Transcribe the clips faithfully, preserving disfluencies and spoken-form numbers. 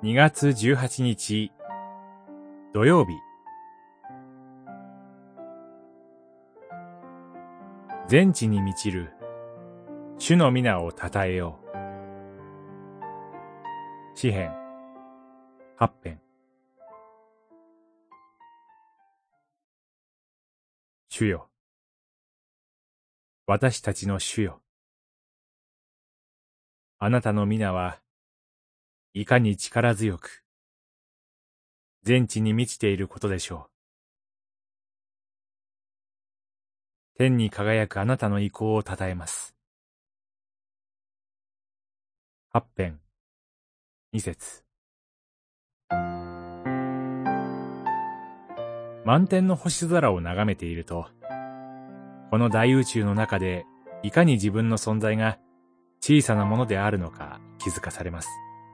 にがつじゅうはちにち土曜日。全地に満ちる主の皆をたたえよう。詩編八編。主よ、私たちの主よ、あなたの皆はいかに力強く全地に満ちていることでしょう。天に輝くあなたの意向をたたえます。八編二節。満天の星空を眺めていると、この大宇宙の中でいかに自分の存在が小さなものであるのか気づかされます。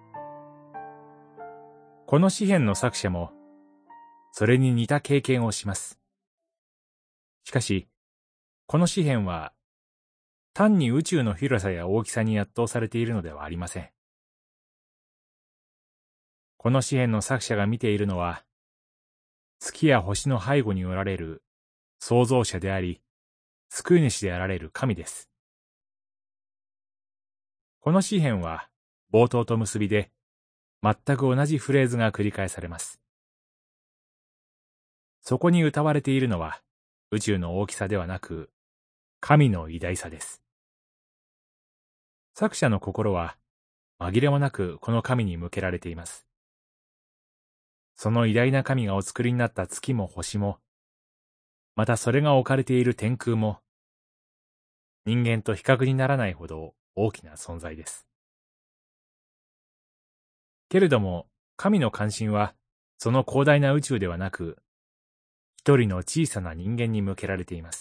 この詩編の作者もそれに似た経験をします。しかし、この詩編は単に宇宙の広さや大きさに圧倒されているのではありません。この詩編の作者が見ているのは、月や星の背後におられる創造者であり、救い主であられる神です。この詩編は冒頭と結びで全く同じフレーズが繰り返されます。そこに歌われているのは宇宙の大きさではなく、神の偉大さです。作者の心は紛れもなくこの神に向けられています。その偉大な神がお作りになった月も星も、またそれが置かれている天空も、人間と比較にならないほど大きな存在です。けれども、神の関心はその広大な宇宙ではなく、一人の小さな人間に向けられています。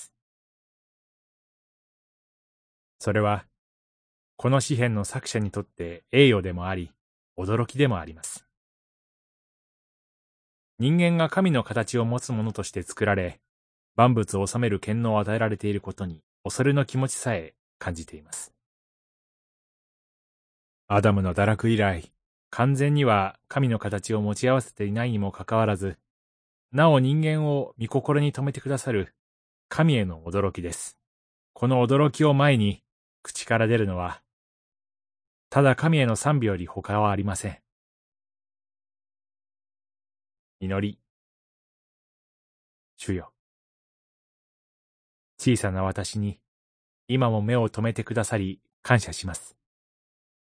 それは、この詩編の作者にとって栄誉でもあり、驚きでもあります。人間が神の形を持つものとして作られ、万物を治める権能を与えられていることに恐れの気持ちさえ感じています。アダムの堕落以来、完全には神の形を持ち合わせていないにもかかわらず、なお人間を御心に留めてくださる神への驚きです。この驚きを前に口から出るのは、ただ神への賛美より他はありません。祈り。主よ、小さな私に今も目を留めてくださり感謝します。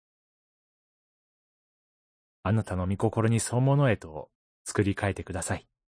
あなたの御心に沿うものへと作り変えてください。